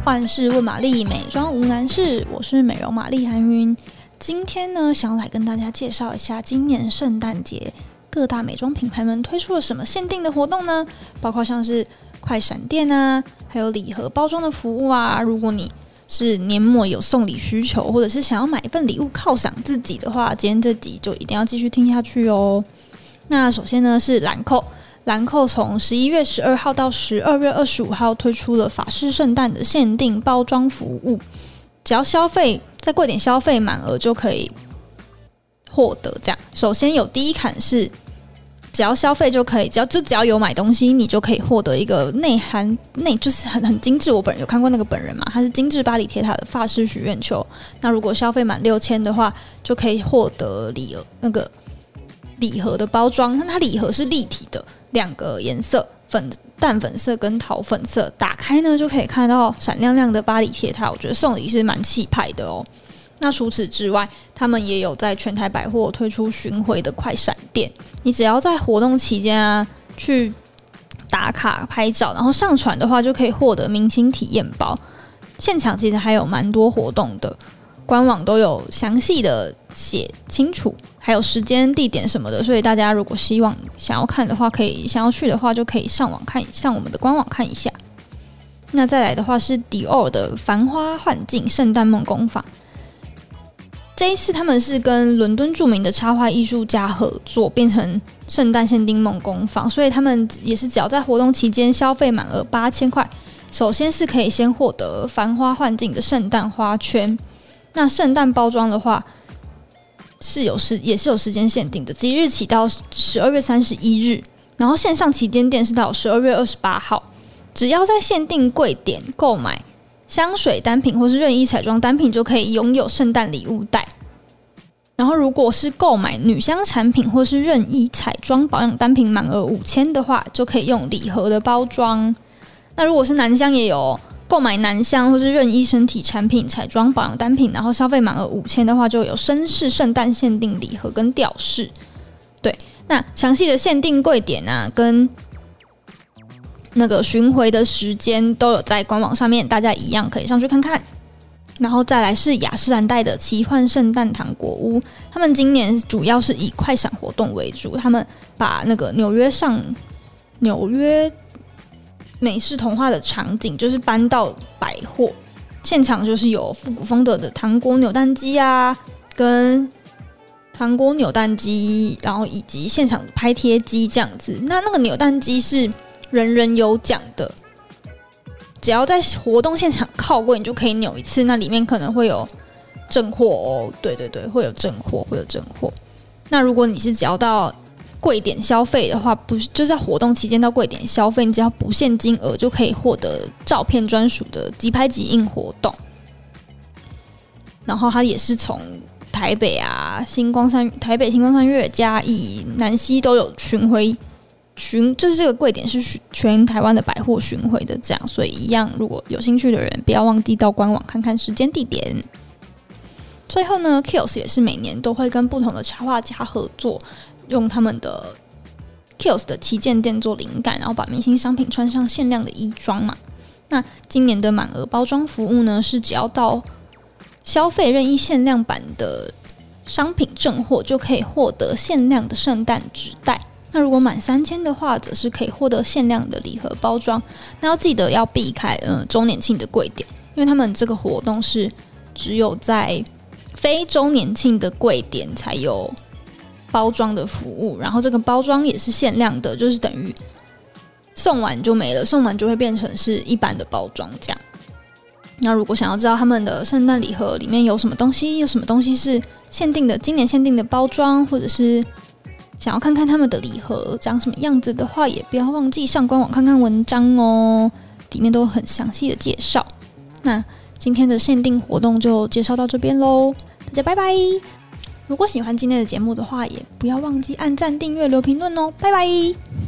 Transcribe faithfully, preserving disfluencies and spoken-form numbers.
万事问玛丽，美妆无难事，我是美容玛丽韩云。今天呢，想要来跟大家介绍一下今年圣诞节各大美妆品牌们推出了什么限定的活动呢？包括像是快闪店啊，还有礼盒包装的服务啊。如果你是年末有送礼需求，或者是想要买一份礼物犒赏自己的话，今天这集就一定要继续听下去哦。那首先呢是兰蔻，兰蔻从十一月十二号到十二月二十五号推出了法式圣诞的限定包装服务，只要消费在柜点消费满额就可以获得。这样，首先有第一款是只要消费就可以，只要就只要有买东西，你就可以获得一个内含内就是很很精致。我本人有看过那个本人嘛，它是精致巴黎铁塔的法式许愿球。那如果消费满六千的话，就可以获得礼那个礼盒的包装。那它礼盒是立体的，两个颜色，粉淡粉色跟桃粉色，打开呢就可以看到闪亮亮的巴黎铁塔。我觉得送礼是蛮气派的哦。那除此之外，他们也有在全台百货推出巡回的快闪店，你只要在活动期间啊去打卡拍照，然后上传的话就可以获得明星体验包。现场其实还有蛮多活动的，官网都有详细的写清楚，还有时间地点什么的，所以大家如果希望想要看的话，可以想要去的话就可以上网看，上我们的官网看一下。那再来的话是迪奥的繁花幻境圣诞梦工坊，这一次他们是跟伦敦著名的插画艺术家合作，变成圣诞限定梦工坊，所以他们也是只要在活动期间消费满额八千块，首先是可以先获得繁花幻境的圣诞花圈。那圣诞包装的话是有时也是有时间限定的，即日起到十二月三十一日，然后线上旗舰店是到十二月二十八号。只要在限定柜点购买香水单品或是任意彩妆单品，就可以拥有圣诞礼物袋。然后如果是购买女香产品或是任意彩妆保养单品满额五千的话，就可以用礼盒的包装。那如果是男香也有，购买男香或是任意身体产品、彩妆保养单品，然后消费满额五千的话，就有绅士圣诞限定礼盒跟吊饰。对，那详细的限定柜点啊，跟那个巡回的时间都有在官网上面，大家一样可以上去看看。然后再来是雅诗兰黛的奇幻圣诞糖果屋，他们今年主要是以快闪活动为主，他们把那个纽约上纽约美式童话的场景就是搬到百货现场，就是有复古风格的糖果扭蛋机啊，跟糖果扭蛋机，然后以及现场拍贴机这样子。那那个扭蛋机是人人有奖的，只要在活动现场靠过，你就可以扭一次，那里面可能会有正货哦。对对对，会有正货，会有正货。那如果你是只要到柜点消费的话，不是就在活动期间到柜点消费，你只要不限金额就可以获得照片专属的即拍即印活动。然后它也是从台北啊、星光三、台北星光三月、嘉义、南西都有巡回。巡就是这个柜点是全台湾的百货巡回的，这样，所以一样，如果有兴趣的人，不要忘记到官网看看时间地点。最后呢 ，Kiehl's 也是每年都会跟不同的插画家合作，用他们的 Kiehl's 的旗舰店做灵感，然后把明星商品穿上限量的衣装嘛。那今年的满额包装服务呢，是只要到消费任意限量版的商品正货，就可以获得限量的圣诞纸袋。那如果满三千的话，则是可以获得限量的礼盒包装。那要记得要避开呃周年庆的柜点，因为他们这个活动是只有在非周年庆的柜点才有包装的服务，然后这个包装也是限量的，就是等于送完就没了，送完就会变成是一般的包装这样。那如果想要知道他们的圣诞礼盒里面有什么东西，有什么东西是限定的，今年限定的包装，或者是想要看看他们的礼盒长什么样子的话，也不要忘记上官网看看文章哦，里面都有很详细的介绍。那今天的限定活动就介绍到这边咯，大家拜拜。如果喜欢今天的节目的话，也不要忘记按赞、订阅、留评论哦，拜拜。